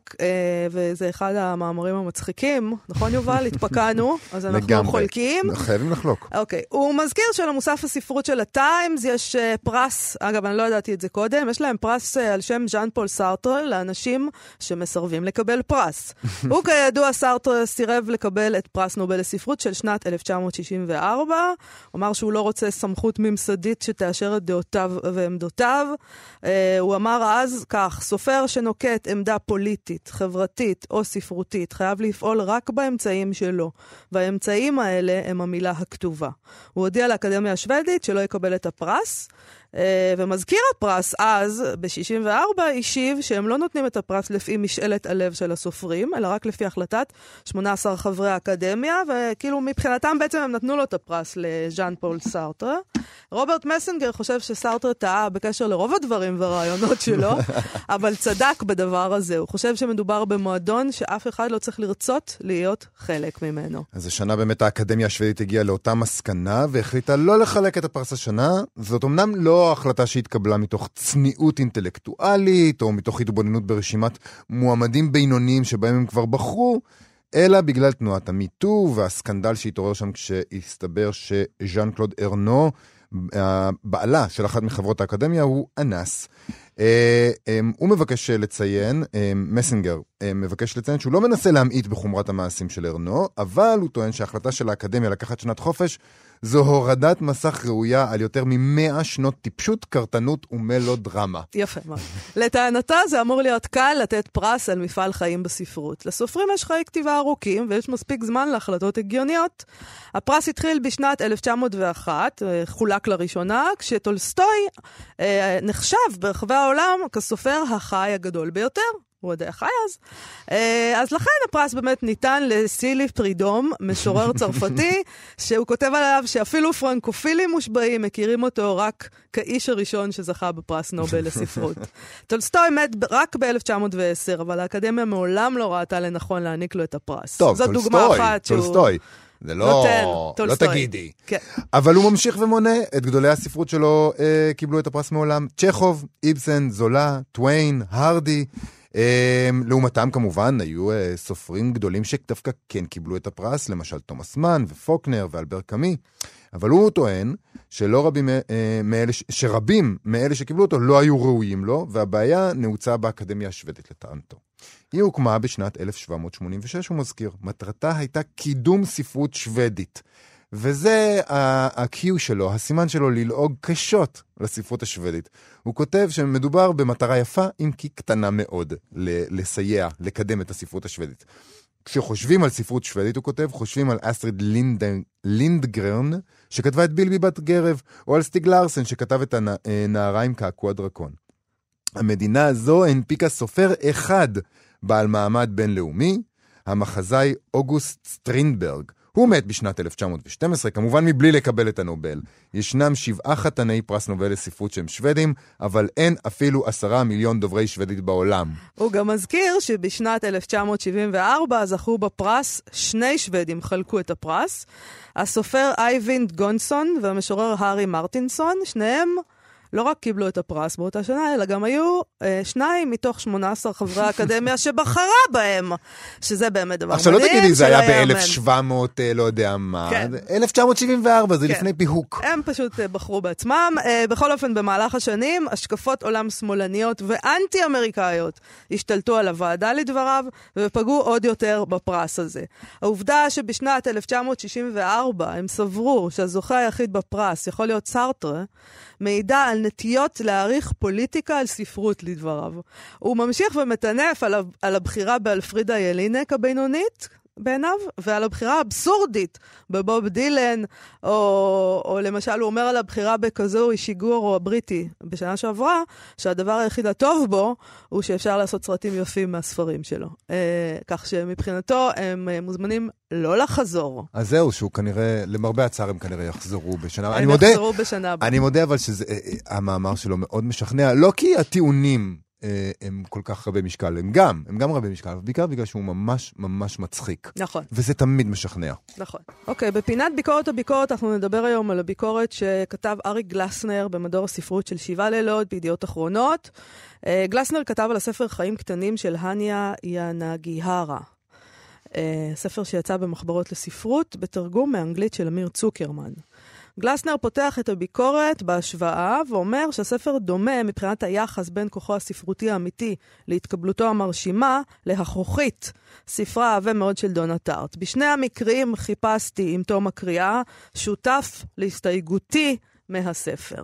וזה אחד המאמרים המצחיקים, נכון יובל? התפקענו, אז אנחנו לגמרי. חולקים. חייבים לחלוק. אוקיי, הוא מזכיר שלמוסף הספרות של הטיימס יש פרס, אגב אני לא ידעתי את זה קודם, יש להם פרס על שם ז'אן פול סארטר לאנשים שמסרבים לקבל פרס. הוא כידוע סארטר סירב לקבל את פרס נובל לספרות של שנת אלף תשע מאות שישים וארבע, הוא אמר שהוא לא רוצה סמכות ממסדית שתאשר את דעותיו ועמדותיו. הוא אמר אז כך, סופר שנוקט עמדה פוליטית, חברתית או ספרותית חייב לפעול רק באמצעים שלו, והאמצעים האלה הם המילה הכתובה. הוא הודיע לאקדמיה השוודית שלא יקבל את הפרס, ומזכיר הפרס אז, ב-שישים וארבע, השיב שהם לא נותנים את הפרס לפי משאלת הלב של הסופרים, אלא רק לפי החלטת שמונה עשר חברי האקדמיה, וכאילו מבחינתם בעצם הם נתנו לו את הפרס לז'אן פול סארטר. רוברט מסנגר חושב שסארטר טעה בקשר לרוב הדברים והרעיונות שלו, אבל צדק בדבר הזה. הוא חושב שמדובר במועדון שאף אחד לא צריך לרצות להיות חלק ממנו. אז השנה באמת האקדמיה השוודית הגיעה לאותה מסקנה, והחליטה לא לחלק את הפרס השנה. זאת אמנם לא החלטה שהתקבלה מתוך צניעות אינטלקטואלית, או מתוך התבוננות ברשימת מועמדים בינוניים שבהם הם כבר בחרו, אלא בגלל תנועת המיטו והסקנדל שהתעורר שם כשהסתבר שז'אן קלוד ארנו, בעלה של אחת מחברות האקדמיה, הוא אנס. הוא מבקש לציין, מסינגר מבקש לציין שהוא לא מנסה להמעיט בחומרת המעשים של ארנו, אבל הוא טוען שההחלטה של האקדמיה לקחת שנת חופש זו הורדת מסך ראויה על יותר ממאה שנות טיפשות, קרטנות ומלודרמה. יפה מאוד. לטענתה זה אמור להיות קל לתת פרס על מפעל חיים בספרות. לסופרים יש חיי כתיבה ארוכים ויש מספיק זמן להחלטות הגיוניות. הפרס התחיל בשנת אלף תשע מאות ואחת, חולק לראשונה, כשטולסטוי אה, נחשב ברחבי העולם כסופר החי הגדול ביותר. הוא עדיין חי אז. אז לכן הפרס באמת ניתן לסילי פרידום, משורר צרפתי, שהוא כותב עליו שאפילו פרנקופילים מושבעים מכירים אותו רק כאיש הראשון שזכה בפרס נובל לספרות. טולסטוי מת רק ב-אלף תשע מאות ועשר, אבל האקדמיה מעולם לא ראתה לנכון להעניק לו את הפרס. טוב, טולסטוי, טולסטוי. זה לא, לא תגידי. כן. אבל הוא ממשיך ומונה, את גדולי הספרות שלו אה, קיבלו את הפרס מעולם. צ'כוב, איבסן, זולה, טוויין, הרדי. לעומתם כמובן היו סופרים גדולים שדווקא כן קיבלו את הפרס, למשל תומאס מן ופוקנר ואלבר קאמי, אבל הוא טוען שלא רבים מאלה, שרבים מאלה שקיבלו אותו לא היו ראויים לו, והבעיה נעוצה באקדמיה השוודית לטענתו. היא הוקמה בשנת אלף שבע מאות שמונים ושש, הוא מזכיר. מטרתה הייתה קידום ספרות שוודית. וזה ה-Q שלו, הסימן שלו ללעוג קשות לספרות השוודית. הוא כותב שמדובר במטרה יפה, אם כי קטנה מאוד, לסייע, לקדם את הספרות השוודית. כשחושבים על ספרות שוודית, הוא כותב, חושבים על אסטריד לינדגרן, שכתבה את בילבי בת גרב, או על סטיג לארסן, שכתב את הנעריים כעקו הדרקון. המדינה הזו הנפיקה סופר אחד בעל מעמד בינלאומי, המחזאי אוגוסט סטרינברג. הוא מת בשנת אלף תשע מאות ושתים עשרה, כמובן מבלי לקבל את הנובל. ישנם שבעה חתני פרס נובל לספרות שהם שוודים, אבל אין אפילו עשרה מיליון דוברי שוודית בעולם. הוא גם מזכיר שבשנת אלף תשע מאות שבעים וארבע זכו בפרס, שני שוודים חלקו את הפרס, הסופר אייבינד גונסון והמשורר הארי מרטינסון, שניהם לא רק קיבלו את הפרס באותה שנה, אלא גם היו אה, שניים מתוך שמונה עשר חברי האקדמיה שבחרה בהם, שזה באמת דבר מדהים. עכשיו לא תגידי, זה היה ב-אלף שבע מאות, לא יודע מה, כן. אלף תשע מאות שבעים וארבע, זה כן. לפני פיהוק. הם פשוט אה, בחרו בעצמם. אה, בכל אופן, במהלך השנים, השקפות עולם שמאלניות ואנטי-אמריקאיות השתלטו על הוועדה לדבריו, ופגעו עוד יותר בפרס הזה. העובדה שבשנת אלף תשע מאות שישים וארבע הם סברו שהזוכה היחיד בפרס יכול להיות סארטרה, מעידה על נטיות להעריך פוליטיקה על ספרות לדבריו. הוא ממשיך ומתנף על, על הבחירה באלפרידה ילינק הבינונית בעיניו, ועל הבחירה האבסורדית בבוב דילן, או, או למשל הוא אומר על הבחירה בכזו אישיגור או הבריטי בשנה שעברה, שהדבר היחיד הטוב בו הוא שאפשר לעשות סרטים יפים מהספרים שלו. אה, כך שמבחינתו הם מוזמנים לא לחזור. אז זהו, שהוא כנראה, למרבה הצער הם כנראה יחזרו בשנה. הם יחזרו בשנה הבאה. אני מודה אבל שהמאמר שלו מאוד משכנע, לא כי הטיעונים הם כל כך רבי משקל, הם גם, הם גם רבי משקל, בעיקר בגלל שהוא ממש ממש מצחיק. נכון. וזה תמיד משכנע. נכון. אוקיי, בפינת ביקורת הביקורת, אנחנו נדבר היום על הביקורת שכתב אריק גלסנר במדור הספרות של שבעה לילות בידיעות אחרונות. גלסנר כתב על הספר חיים קטנים של הניה ינגיהרה. ספר שיצא במחברות לספרות, בתרגום מאנגלית של אמיר צוקרמן. גלסנר פותח את הביקורת בהשוואה ואומר שהספר דומה מבחינת היחס בין כוחו הספרותי האמיתי להתקבלותו המרשימה להכרוכית, ספרה עבה מאוד של דונה טארט. בשני המקרים חיפשתי עם תום הקריאה שותף להסתייגותי מהספר.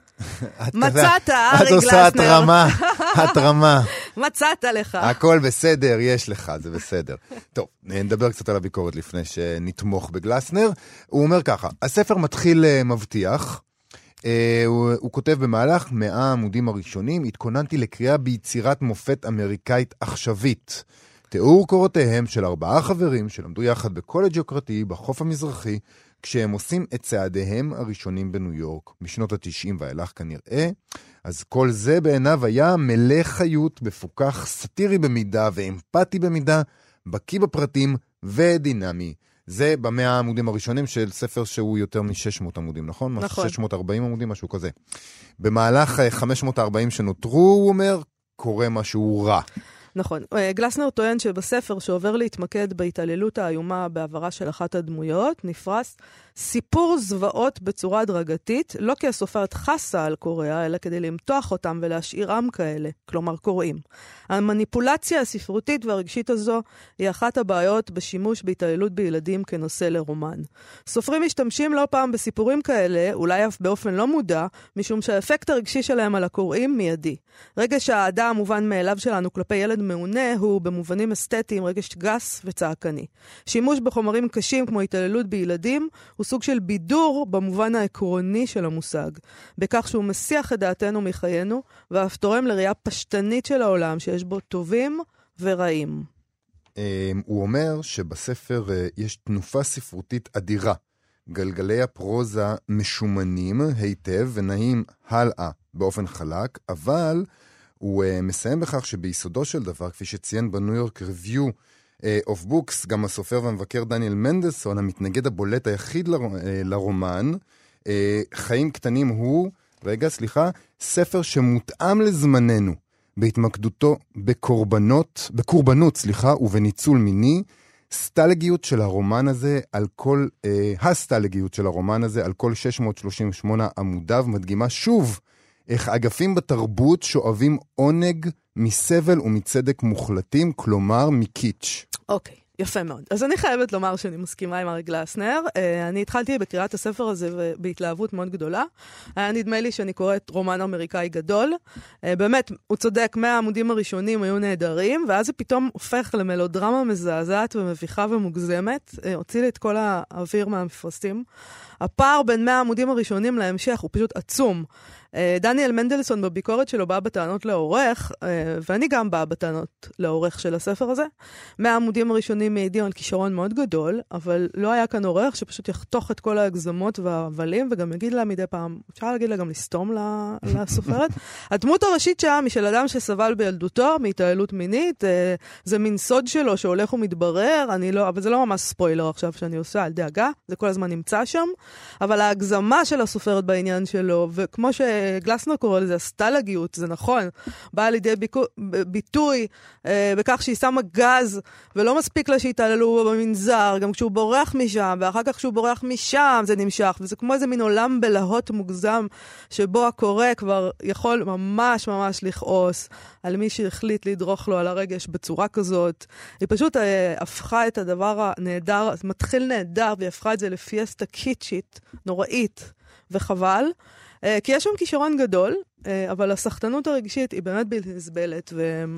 מצאת, ארי גלסנר. את עושה התרמה, התרמה. מצאת לך. הכל בסדר, יש לך, זה בסדר. טוב, נדבר קצת על הביקורת לפני שנתמוך בגלסנר. הוא אומר ככה, הספר מתחיל מבטיח, הוא, הוא כותב במהלך מאה עמודים הראשונים, התכוננתי לקריאה ביצירת מופת אמריקאית עכשווית. תיאור קורותיהם של ארבעה חברים שלמדו יחד בקולג' יוקרתי בחוף המזרחי, כשהם עושים את צעדיהם הראשונים בניו יורק, משנות ה-תשעים ואילך כנראה, אז כל זה בעיניו היה מלא חיות, מפוקח, סטירי במידה ואמפתי במידה, בקיא בפרטים ודינמי. זה במאה העמודים הראשונים של ספר שהוא יותר מ-שש מאות עמודים, נכון? נכון. שש מאות וארבעים עמודים, משהו כזה. במהלך חמש מאות וארבעים שנותרו, הוא אומר, קורה משהו רע. נכון. גלסנר טוען שבספר שעובר להתמקד בהתעללות האיומה בעברה של אחת הדמויות, נפרס סיפור זוועות בצורה הדרגתית, לא כי הסופרת חסה על קוריאה, אלא כדי למתוח אותם ולהשאירם כאלה, כלומר קוראים. המניפולציה הספרותית והרגשית הזו היא אחת הבעיות בשימוש בהתעללות בילדים כנושא לרומן. סופרים משתמשים לא פעם בסיפורים כאלה, אולי אף באופן לא מודע, משום שהאפקט הרגשי שלהם על הקוראים מיידי. רגש האהדה המובן מאליו שלנו כלפי ילד מעונה הוא במובנים אסתטיים רגש גס וצעקני. שימוש בחומרים קשים כמו התעללות בילדים הוא סוג של בידור במובן העקרוני של המושג, בכך שהוא מסיח את דעתנו מחיינו ואף תורם לראייה פשטנית של העולם שיש בו טובים ורעים. הוא אומר שבספר יש תנופה ספרותית אדירה. גלגלי הפרוזה משומנים היטב ונעים הלאה באופן חלק, אבל הוא uh, מסיים בכך שביסודו של דבר, כפי שציין בניו יורק ריוויו of books, גם הסופר והמבקר דניאל מנדלסון, המתנגד הבולט היחיד לר, uh, לרומן, uh, חיים קטנים הוא, רגע, סליחה, ספר שמותאם לזמננו, בהתמקדותו בקורבנות, בקורבנות, סליחה, ובניצול מיני, סטלגיות של הרומן הזה על כל, אה, הסטלגיות של הרומן הזה על כל שש מאות שלושים ושמונה עמודיו, מדגימה שוב איך אגפים בתרבות שואבים עונג מסבל ומצדק מוחלטים, כלומר מקיץ'. אוקיי. יפה מאוד. אז אני חייבת לומר שאני מסכימה עם אריק גלסנר. אני התחלתי בקריאת הספר הזה בהתלהבות מאוד גדולה. היה נדמה לי שאני קוראת רומן אמריקאי גדול. באמת, הוא צודק, מהעמודים הראשונים היו נהדרים, ואז זה פתאום הופך למלודרמה מזעזעת ומביכה ומוגזמת. הוציא לי את כל האוויר מהמפרסים. הפער בין מאה העמודים הראשונים להמשך הוא פשוט עצום. דניאל מנדלסון בביקורת שלו בא בטענות לעורך, ואני גם באה בטענות לעורך של הספר הזה. מהעמודים הראשונים מעידים על כישרון מאוד גדול, אבל לא היה כאן עורך שפשוט יחתוך את כל ההגזמות והבלים, וגם יגיד לה מדי פעם, אפשר להגיד לה גם לסתום לסופרת. הדמות הראשית שם היא של אדם שסבל בילדותו, מהתעללות מינית, זה מין סוד שלו שהולך ומתברר, אני לא, אבל זה לא ממש ספוילר עכשיו שאני עושה, על דאגה, זה כל הזמן נמצא שם, אבל ההגזמה של הסופרת בעניין שלו, וכמו ש גלסנר קורא לזה הסטלגיות, זה נכון, באה לידי ביקו, ביטוי אה, בכך שהיא שמה גז, ולא מספיק לה שהתעללו במנזר, גם כשהוא בורח משם, ואחר כך כשהוא בורח משם זה נמשך, וזה כמו איזה מין עולם בלהות מוגזם, שבו הקורא כבר יכול ממש ממש לכעוס על מי שהחליט לדרוך לו על הרגש בצורה כזאת. היא פשוט אה, הפכה את הדבר הנהדר, מתחיל נהדר, והיא הפכה את זה לפיאסטה קיצ'ית, נוראית, וחבל. כי יש שם כישרון גדול, אבל הסחטנות הרגשית היא באמת בלתי נסבלת,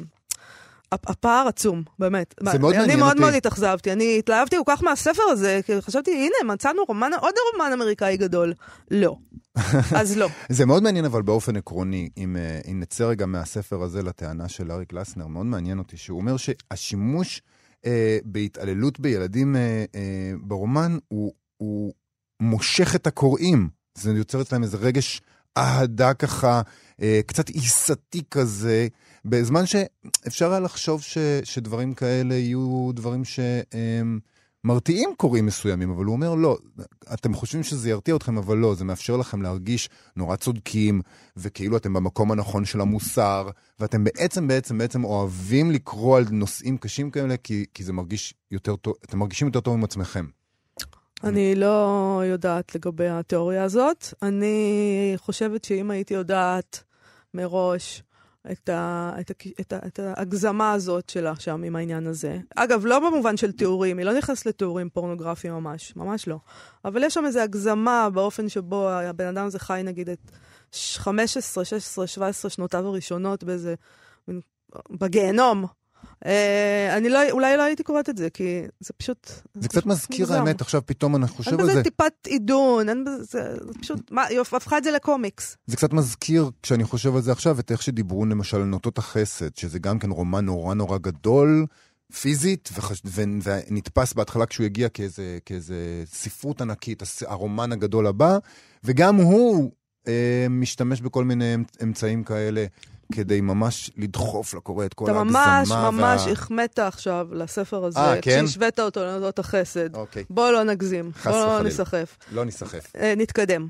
והפער עצום, באמת. זה מאוד מעניין אותי. אני מאוד מאוד התאכזבתי, אני התלהבתי כל כך מהספר הזה, כי חשבתי, הנה, מצאנו רומן, עוד רומן אמריקאי גדול. לא. אז לא. זה מאוד מעניין, אבל באופן עקרוני, אם, אם נצא רגע מהספר הזה לטענה של אריק גלסנר, מאוד מעניין אותי, שהוא אומר שהשימוש אה, בהתעללות בילדים אה, אה, ברומן, הוא, הוא מושך את הקוראים. זה יוצר אצלם איזה רגש אהדה ככה, אה, קצת עיסתי כזה, בזמן שאפשר היה לחשוב ש, שדברים כאלה יהיו דברים שמרתיעים אה, קוראים מסוימים, אבל הוא אומר לא, אתם חושבים שזה ירתיע אתכם, אבל לא, זה מאפשר לכם להרגיש נורא צודקים, וכאילו אתם במקום הנכון של המוסר, ואתם בעצם בעצם בעצם אוהבים לקרוא על נושאים קשים כאלה, כי, כי זה מרגיש יותר טוב, אתם מרגישים יותר טוב עם עצמכם. אני לא יודעת לגבי התיאוריה הזאת. אני חושבת שאם הייתי יודעת מראש את, ה, את, ה, את, ה, את ההגזמה הזאת שלה שם עם העניין הזה. אגב, לא במובן של תיאורים, היא לא נכנסת לתיאורים פורנוגרפיים ממש, ממש לא. אבל יש שם איזו הגזמה באופן שבו הבן אדם הזה חי נגיד את חמש עשרה, שש עשרה, שבע עשרה שנותיו הראשונות באיזה, בגיהנום. אני לא, אולי לא הייתי קוראת את זה, כי זה פשוט... זה קצת מזכיר האמת, עכשיו פתאום אני חושב על זה. אין בזה טיפת עידון, אין בזה, זה פשוט, מה, היא הפכה את זה לקומיקס. זה קצת מזכיר, כשאני חושב על זה עכשיו, את איך שדיברו למשל על נוטות החסד, שזה גם כן רומן נורא נורא גדול, פיזית, ונתפס בהתחלה כשהוא הגיע כאיזה, כאיזה ספרות ענקית, הרומן הגדול הבא, וגם הוא אה, משתמש בכל מיני אמצעים כאלה, כדי ממש לדחוף לקורא את כל ההגזמה. אתה ממש ממש החמאת עכשיו לספר הזה, כשהשווית אותו לנוטות החסד. בוא לא נגזים, בוא לא נסחף. לא נסחף. נתקדם.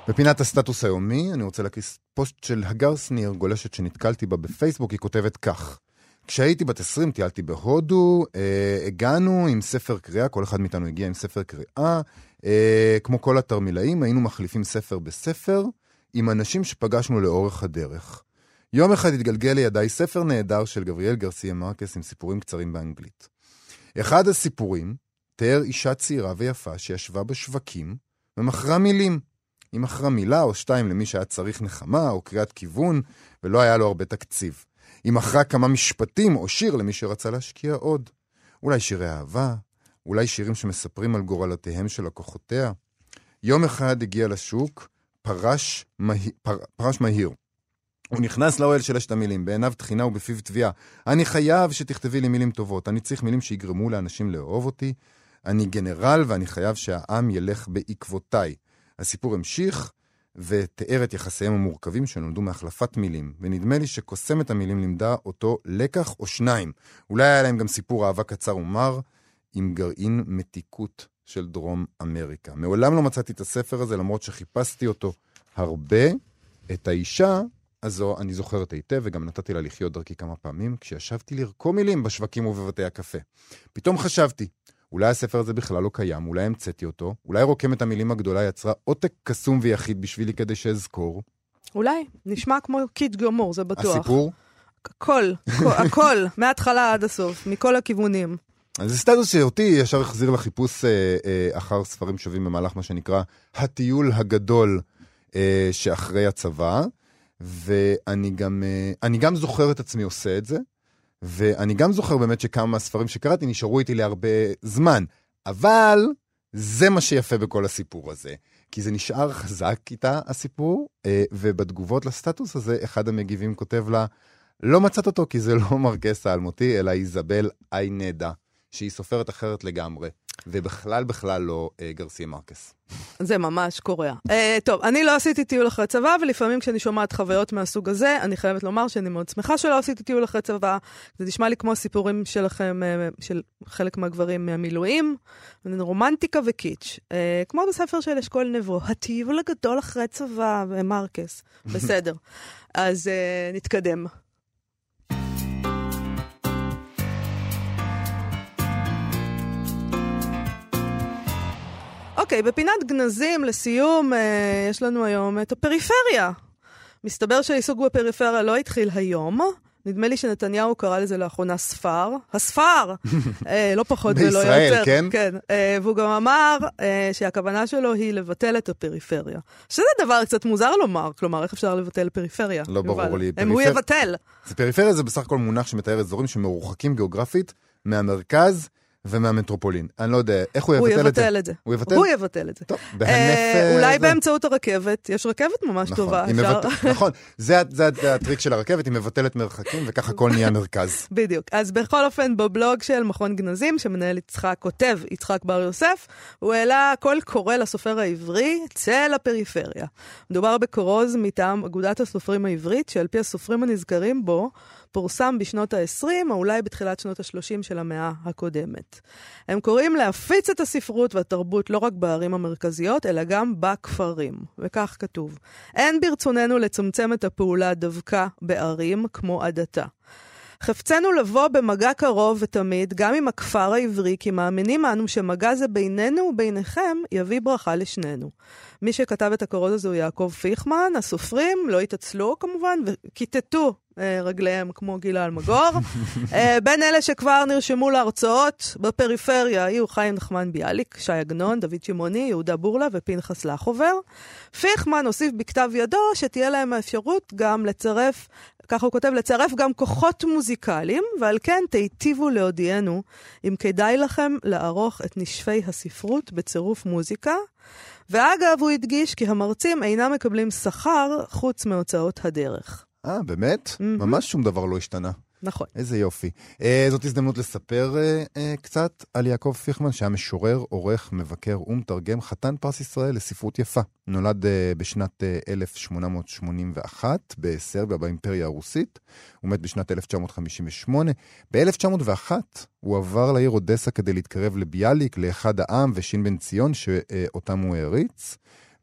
בפינת הסטטוס היומי, אני רוצה להכניס פוסט של הגר שניר, גולשת שנתקלתי בה בפייסבוק, היא כותבת כך: כשהייתי בת עשרים, טיילתי בהודו, אה, הגענו עם ספר קריאה, כל אחד מאיתנו הגיע עם ספר קריאה, אה, כמו כל התרמילאים, היינו מחליפים ספר בספר, עם אנשים שפגשנו לאורך הדרך. יום אחד התגלגל לידיי ספר נהדר של גבריאל גרסיה מרקס עם סיפורים קצרים באנגלית. אחד הסיפורים תיאר אישה צעירה ויפה שישבה בשווקים ומכרה מילים. היא מכרה מילה או שתיים למי שהיה צריך נחמה או קריאת כיוון, ולא היה לו הרבה תקציב. היא מכרה כמה משפטים או שיר למי שרצה להשקיע עוד. אולי שירי אהבה, אולי שירים שמספרים על גורלותיהם של לקוחותיה. יום אחד הגיע לשוק פרש, מה... פר... פרש מהיר. הוא נכנס לאוהל של אשת המילים, בעיניו תחינה ובפיו תביעה. אני חייב שתכתבי לי מילים טובות, אני צריך מילים שיגרמו לאנשים לאהוב אותי, אני גנרל ואני חייב שהעם ילך בעקבותיי. הסיפור המשיך ותיאר את יחסיהם המורכבים שנולדו מהחלפת מילים, ונדמה לי שקוסמת המילים לימדה אותו לקח או שניים. אולי היה להם גם סיפור אהבה קצר ומר, עם גרעין מתיקות של דרום אמריקה. מעולם לא מצאתי את הספר הזה, למרות שחיפשתי אותו הרבה. את האישה הזו אני זוכרת היטב, וגם נתתי לה לחיות דרכי כמה פעמים, כשישבתי לרקום מילים בשווקים ובבתי הקפה. פתאום חשבתי, אולי הספר הזה בכלל לא קיים, אולי המצאתי אותו, אולי רוקמת המילים הגדולה יצרה עותק קסום ויחיד בשבילי כדי שאזכור. אולי, נשמע כמו קיט גמור, זה בטוח. הסיפור? הכל, הכל, מההתחלה עד הסוף, מכל הכיוונים. אז זה סטטוס שאותי ישר החזיר לחיפוש אה, אה, אחר ספרים שווים במהלך מה שנקרא הטיול הגדול אה, שאחרי הצבא, ואני גם, אה, אני גם זוכר את עצמי עושה את זה, ואני גם זוכר באמת שכמה מהספרים שקראתי נשארו איתי להרבה זמן, אבל זה מה שיפה בכל הסיפור הזה, כי זה נשאר חזק איתה הסיפור, ובתגובות לסטטוס הזה אחד המגיבים כותב לה, לא מצאת אותו כי זה לא מרקס האלמותי, אלא איזבל איינדה, שהיא סופרת אחרת לגמרי, ובכלל בכלל לא אה, גרסיה מרקס. זה ממש קורא. אה, טוב, אני לא עשיתי טיול אחרי צבא, ולפעמים כשאני שומעת חוויות מהסוג הזה, אני חייבת לומר שאני מאוד שמחה שלא עשיתי טיול אחרי צבא. זה נשמע לי כמו הסיפורים שלכם, אה, של חלק מהגברים מהמילואים, רומנטיקה וקיץ'. אה, כמו בספר של אשכול נבו, הטיול הגדול אחרי צבא, מרקס. בסדר. אז אה, נתקדם. אוקיי, בפינת גנזים, לסיום, אה, יש לנו היום את הפריפריה. מסתבר שהעיסוק בפריפריה לא התחיל היום. נדמה לי שנתניהו קרא לזה לאחרונה ספר. הספר! אה, לא פחות ולא יותר. בישראל, כן? כן. אה, והוא גם אמר אה, שהכוונה שלו היא לבטל את הפריפריה. שזה דבר קצת מוזר לומר. כלומר, איך אפשר לבטל פריפריה? לא ברור אבל, לי. הם הוא יבטל. זה פריפריה זה בסך הכל מונח שמתאר אזורים שמרוחקים גיאוגרפית מהמרכז, ומהמטרופולין. אני לא יודע, איך הוא יבטל את זה? הוא יבטל את זה. הוא יבטל? הוא יבטל את זה. טוב, בהנף... אולי באמצעות הרכבת. יש רכבת ממש טובה. נכון, זה הטריק של הרכבת, היא מבטלת מרחקים, וככה הכל נהיה מרכז. בדיוק. אז בכל אופן, בבלוג של מכון גנזים, שמנהל יצחק, כותב יצחק בר יוסף, הוא העלה קול קורא לסופר העברי, צא לפריפריה. מדובר בקורוז מטעם אגודת הסופרים העברית, שעל פי הסופרים הנזכרים בו, פורסם בשנות ה-עשרים, או אולי בתחילת שנות ה-שלושים של המאה הקודמת. הם קוראים להפיץ את הספרות והתרבות לא רק בערים המרכזיות, אלא גם בכפרים. וכך כתוב: אין ברצוננו לצמצם את הפעולה דווקא בערים כמו עדתה. חפצנו לבוא במגע קרוב ותמיד, גם עם הכפר העברי, כי מאמינים אנו שמגע זה בינינו וביניכם יביא ברכה לשנינו. מי שכתב את הקורוז הזה הוא יעקב פיכמן, הסופרים לא התעצלו כמובן, וכיתתו אה, רגליהם כמו גילה אלמגור. אה, בין אלה שכבר נרשמו להרצאות בפריפריה, היו חיים נחמן ביאליק, שי עגנון, דוד שמעוני, יהודה בורלה ופנחס לחובר. פיכמן הוסיף בכתב ידו שתהיה להם האפשרות גם לצרף, ככה הוא כותב, לצרף גם כוחות מוזיקליים, ועל כן תיטיבו להודיענו אם כדאי לכם לערוך את נשפי הספרות בצירוף מוזיקה. ואגב, הוא הדגיש כי המרצים אינם מקבלים שכר חוץ מהוצאות הדרך. אה, באמת? Mm-hmm. ממש שום דבר לא השתנה. נכון. איזה יופי. אה, זאת הזדמנות לספר אה, אה, קצת על יעקב פיכמן, שהיה משורר, עורך, מבקר ומתרגם, חתן פרס ישראל לספרות יפה. נולד אה, בשנת אה, אלף שמונה מאות שמונים ואחת בסרביה, באימפריה הרוסית. הוא מת בשנת אלף תשע מאות חמישים ושמונה. ב-אלף תשע מאות ואחת הוא עבר לעיר אודסה כדי להתקרב לביאליק, לאחד העם ושין בן ציון, שאותם הוא העריץ.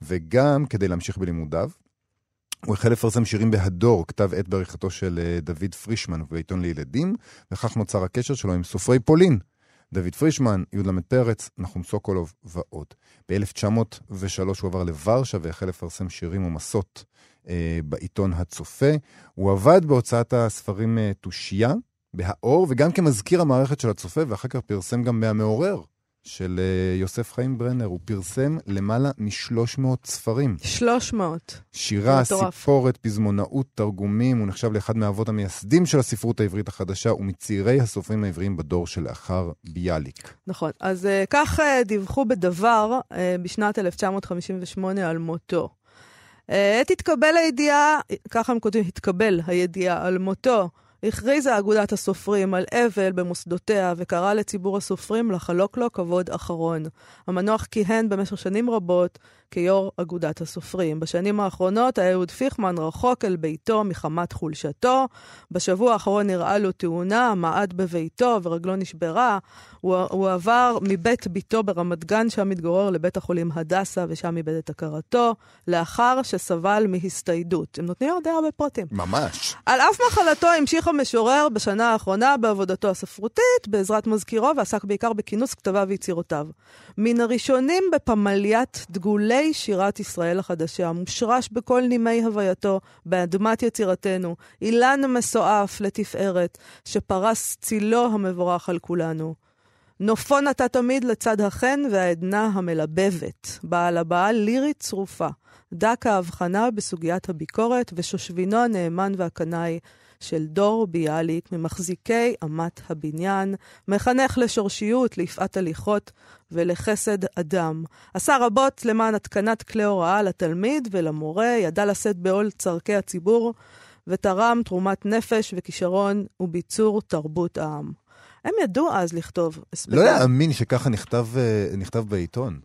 וגם כדי להמשיך בלימודיו. הוא החל לפרסם שירים בהדור, כתב עת בעריכתו של דוד פרישמן ובעיתון לילדים, וכך נוצר הקשר שלו עם סופרי פולין. דוד פרישמן, יהודה למד פרץ, נחום סוקולוב ועוד. ב-אלף תשע מאות ושלוש הוא עבר לוורשה והחל לפרסם שירים ומסות אה, בעיתון הצופה. הוא עבד בהוצאת הספרים אה, תושייה, בהאור, וגם כמזכיר המערכת של הצופה, ואחר כך פרסם גם מהמעורר של אה, יוסף חיים ברנר. הוא פרסם למעלה מ-שלוש מאות ספרים. שלוש מאות. שירה, סיפורת, פזמונאות, תרגומים. הוא נחשב לאחד מהאבות המייסדים של הספרות העברית החדשה, ומצעירי הסופרים העבריים בדור שלאחר ביאליק. נכון. אז uh, כך uh, דיווחו בדבר uh, בשנת אלף תשע מאות חמישים ושמונה על מותו. עת uh, התקבל הידיעה, ככה הם כותבים, התקבל הידיעה על מותו, הכריזה אגודת הסופרים על אבל במוסדותיה וקרא לציבור הסופרים לחלוק לו כבוד אחרון. המנוח כיהן במשך שנים רבות כיור אגודת הסופרים. בשנים האחרונות אהוד פיכמן רחוק אל ביתו מחמת חולשתו. בשבוע האחרון נראה לו תאונה, מעד בביתו ורגלו נשברה. הוא, הוא עבר מבית ביתו ברמת גן שם מתגורר לבית החולים הדסה ושם איבד את הכרתו, לאחר שסבל מהסתיידות. הם נותנים עוד הרבה פרטים. ממש. על אף מחלתו המשיך המשורר בשנה האחרונה בעבודתו הספרותית, בעזרת מזכירו, ועסק בעיקר בכינוס כתביו ויצירותיו. מן הראשונים בפמליית דגולי שירת ישראל החדשה, מושרש בכל נימי הווייתו, באדמת יצירתנו, אילן מסועף לתפארת, שפרס צילו המבורך על כולנו. נופו נטה תמיד לצד החן והעדנה המלבבת, בעל הבעל לירית צרופה, דק ההבחנה בסוגיית הביקורת ושושבינו הנאמן והקנאי של דור ביאליק, ממחזיקי אמת הבניין, מחנך לשורשיות, ליפעת הליכות ולחסד אדם. עשה רבות למען התקנת כלי הוראה לתלמיד ולמורה, ידע לשאת בעול צרכי הציבור, ותרם תרומת נפש וכישרון וביצור תרבות העם. הם ידעו אז לכתוב הספדים. לא יאמין שככה נכתב, נכתב בעיתון.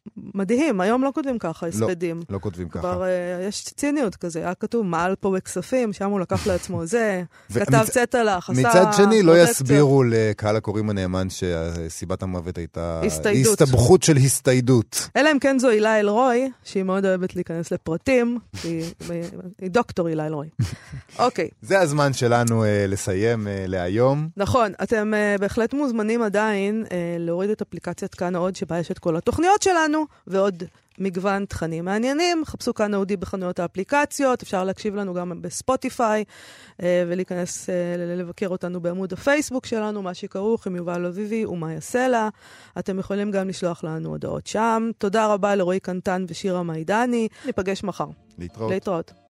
מדהים, היום לא כותבים ככה, הספדים. לא, לא כותבים ככה. כבר uh, יש ציניות כזה, היה כתוב מעל פה בכספים, שם הוא לקח לעצמו זה, כתב צטע לך, עשה... מצד שני, לא יסבירו לקהל הקוראים הנאמן שסיבת המוות הייתה... הסתיידות. הסתבכות של הסתיידות. אלא אם כן זו הילה אלרוי, שהיא מאוד אוהבת להיכנס לפרטים, היא, היא דוקטור הילה אלרוי. אוקיי. זה הזמן שלנו uh, לסיים uh, להיום. נכון, אתם uh, בהחלט מוזמנים עדיין uh, להוריד את אפליקציית כאן עוד, שבה יש את כל התוכניות שלנו, ועוד מגוון תכנים מעניינים. חפשו כאן אודי בחנויות האפליקציות, אפשר להקשיב לנו גם בספוטיפיי, ולהיכנס לבקר אותנו בעמוד הפייסבוק שלנו, מה שכרוך עם יובל אביבי ומאיה סלע. אתם יכולים גם לשלוח לנו הודעות שם. תודה רבה לרועי קנטן ושירה מיידני. ניפגש מחר. להתראות. להתראות.